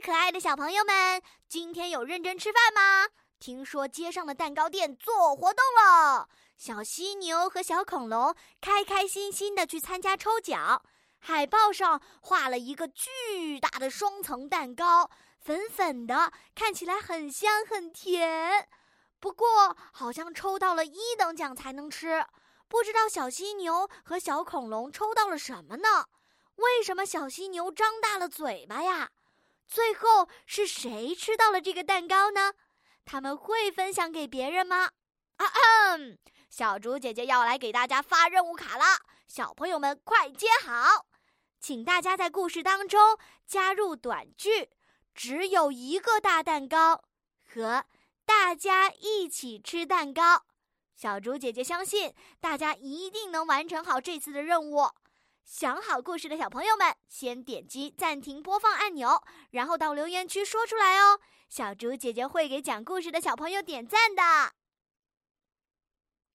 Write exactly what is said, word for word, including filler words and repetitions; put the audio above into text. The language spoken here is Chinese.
可爱的小朋友们，今天有认真吃饭吗？听说街上的蛋糕店做活动了，小犀牛和小恐龙开开心心地去参加抽奖。海报上画了一个巨大的双层蛋糕，粉粉的，看起来很香很甜。不过好像抽到了一等奖才能吃，不知道小犀牛和小恐龙抽到了什么呢？为什么小犀牛张大了嘴巴呀？最后是谁吃到了这个蛋糕呢？他们会分享给别人吗？啊嗯，小猪姐姐要来给大家发任务卡了，小朋友们快接好！请大家在故事当中加入短句只有一个大蛋糕和大家一起吃蛋糕。小猪姐姐相信大家一定能完成好这次的任务。想好故事的小朋友们，先点击暂停播放按钮，然后到留言区说出来哦。小猪姐姐会给讲故事的小朋友点赞的。